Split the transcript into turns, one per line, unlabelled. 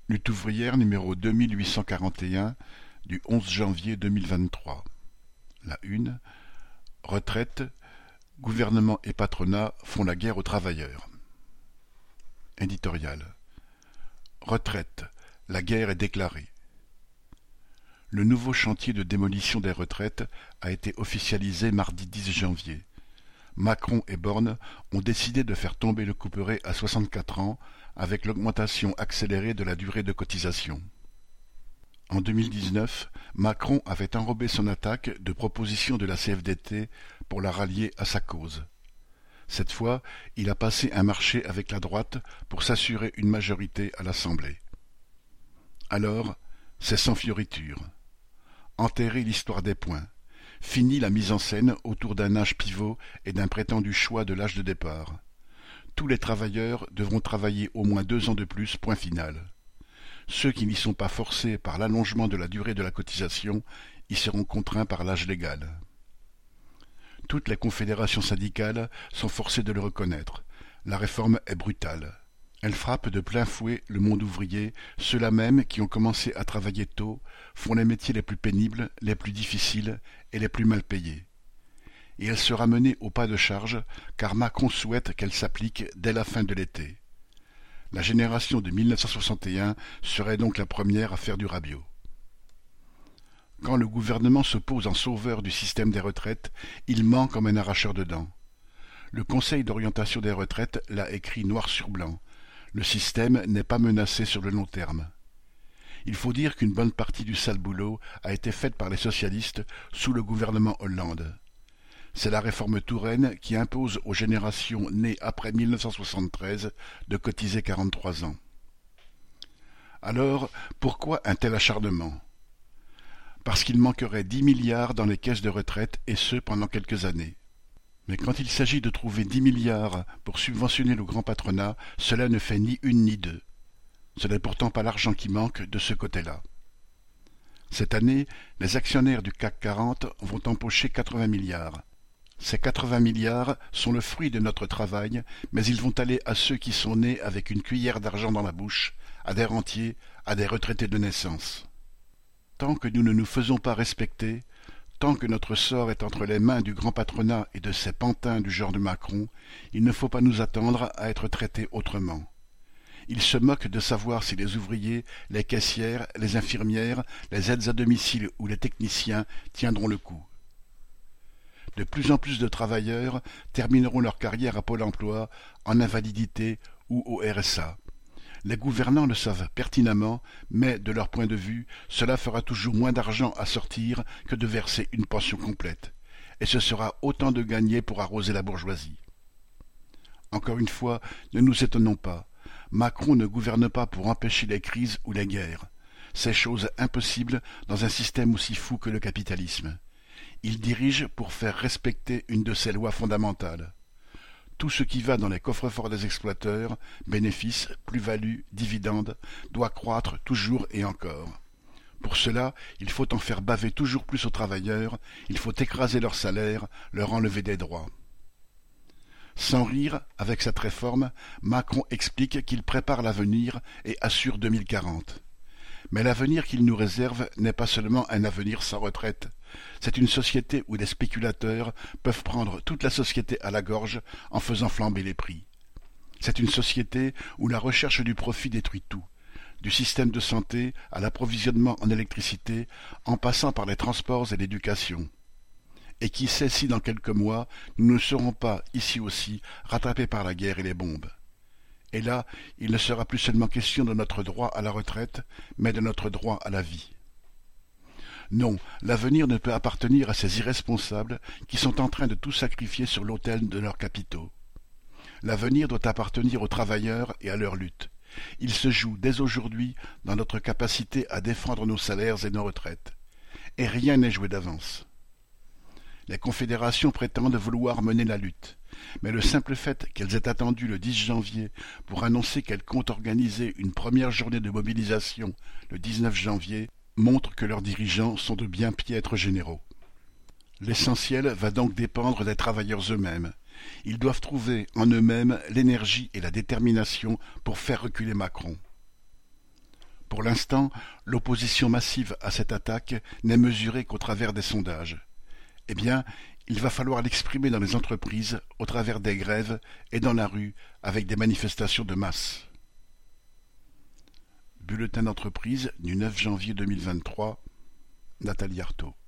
Lutte ouvrière numéro 2841 du 11 janvier 2023. La une. Retraite. Gouvernement et patronat font la guerre aux travailleurs. Éditorial. Retraite. La guerre est déclarée. Le nouveau chantier de démolition des retraites a été officialisé mardi 10 janvier. Macron et Borne ont décidé de faire tomber le couperet à 64 ans avec l'augmentation accélérée de la durée de cotisation. En 2019, Macron avait enrobé son attaque de propositions de la CFDT pour la rallier à sa cause. Cette fois, il a passé un marché avec la droite pour s'assurer une majorité à l'Assemblée. Alors, c'est sans fioriture. Enterrer l'histoire des points. Fini la mise en scène autour d'un âge pivot et d'un prétendu choix de l'âge de départ. Tous les travailleurs devront travailler au moins 2 ans de plus, point final. Ceux qui n'y sont pas forcés par l'allongement de la durée de la cotisation y seront contraints par l'âge légal. Toutes les confédérations syndicales sont forcées de le reconnaître. La réforme est brutale. Elle frappe de plein fouet le monde ouvrier, ceux-là même qui ont commencé à travailler tôt, font les métiers les plus pénibles, les plus difficiles et les plus mal payés. Et elle sera menée au pas de charge, car Macron souhaite qu'elle s'applique dès la fin de l'été. La génération de 1961 serait donc la première à faire du rabiot. Quand le gouvernement se pose en sauveur du système des retraites, il ment comme un arracheur de dents. Le Conseil d'orientation des retraites l'a écrit noir sur blanc. Le système n'est pas menacé sur le long terme. Il faut dire qu'une bonne partie du sale boulot a été faite par les socialistes sous le gouvernement Hollande. C'est la réforme Touraine qui impose aux générations nées après 1973 de cotiser 43 ans. Alors, pourquoi un tel acharnement ? Parce qu'il manquerait 10 milliards dans les caisses de retraite, et ce pendant quelques années. Mais quand il s'agit de trouver 10 milliards pour subventionner le grand patronat, cela ne fait ni une ni deux. Ce n'est pourtant pas l'argent qui manque de ce côté-là. Cette année, les actionnaires du CAC 40 vont empocher 80 milliards. Ces 80 milliards sont le fruit de notre travail, mais ils vont aller à ceux qui sont nés avec une cuillère d'argent dans la bouche, à des rentiers, à des retraités de naissance. Tant que nous ne nous faisons pas respecter, tant que notre sort est entre les mains du grand patronat et de ces pantins du genre de Macron, il ne faut pas nous attendre à être traités autrement. Ils se moquent de savoir si les ouvriers, les caissières, les infirmières, les aides à domicile ou les techniciens tiendront le coup. De plus en plus de travailleurs termineront leur carrière à Pôle emploi, en invalidité ou au RSA. Les gouvernants le savent pertinemment, mais, de leur point de vue, cela fera toujours moins d'argent à sortir que de verser une pension complète. Et ce sera autant de gagné pour arroser la bourgeoisie. Encore une fois, ne nous étonnons pas. Macron ne gouverne pas pour empêcher les crises ou les guerres. C'est chose impossible dans un système aussi fou que le capitalisme. Il dirige pour faire respecter une de ses lois fondamentales. Tout ce qui va dans les coffres-forts des exploiteurs, bénéfices, plus-values, dividendes, doit croître toujours et encore. Pour cela, il faut en faire baver toujours plus aux travailleurs, il faut écraser leurs salaires, leur enlever des droits. Sans rire, avec cette réforme, Macron explique qu'il prépare l'avenir et assure 2040. Mais l'avenir qu'il nous réserve n'est pas seulement un avenir sans retraite. C'est une société où des spéculateurs peuvent prendre toute la société à la gorge en faisant flamber les prix. C'est une société où la recherche du profit détruit tout, du système de santé à l'approvisionnement en électricité, en passant par les transports et l'éducation. Et qui sait si dans quelques mois, nous ne serons pas, ici aussi, rattrapés par la guerre et les bombes. Et là, il ne sera plus seulement question de notre droit à la retraite, mais de notre droit à la vie. Non, l'avenir ne peut appartenir à ces irresponsables qui sont en train de tout sacrifier sur l'autel de leurs capitaux. L'avenir doit appartenir aux travailleurs et à leur lutte. Il se joue dès aujourd'hui dans notre capacité à défendre nos salaires et nos retraites. Et rien n'est joué d'avance. Les confédérations prétendent vouloir mener la lutte, mais le simple fait qu'elles aient attendu le 10 janvier pour annoncer qu'elles comptent organiser une première journée de mobilisation le 19 janvier montre que leurs dirigeants sont de bien piètres généraux. L'essentiel va donc dépendre des travailleurs eux-mêmes. Ils doivent trouver en eux-mêmes l'énergie et la détermination pour faire reculer Macron. Pour l'instant, l'opposition massive à cette attaque n'est mesurée qu'au travers des sondages. Eh bien, il va falloir l'exprimer dans les entreprises, au travers des grèves et dans la rue, avec des manifestations de masse. Bulletin d'entreprise du 9 janvier 2023, Nathalie Arthaud.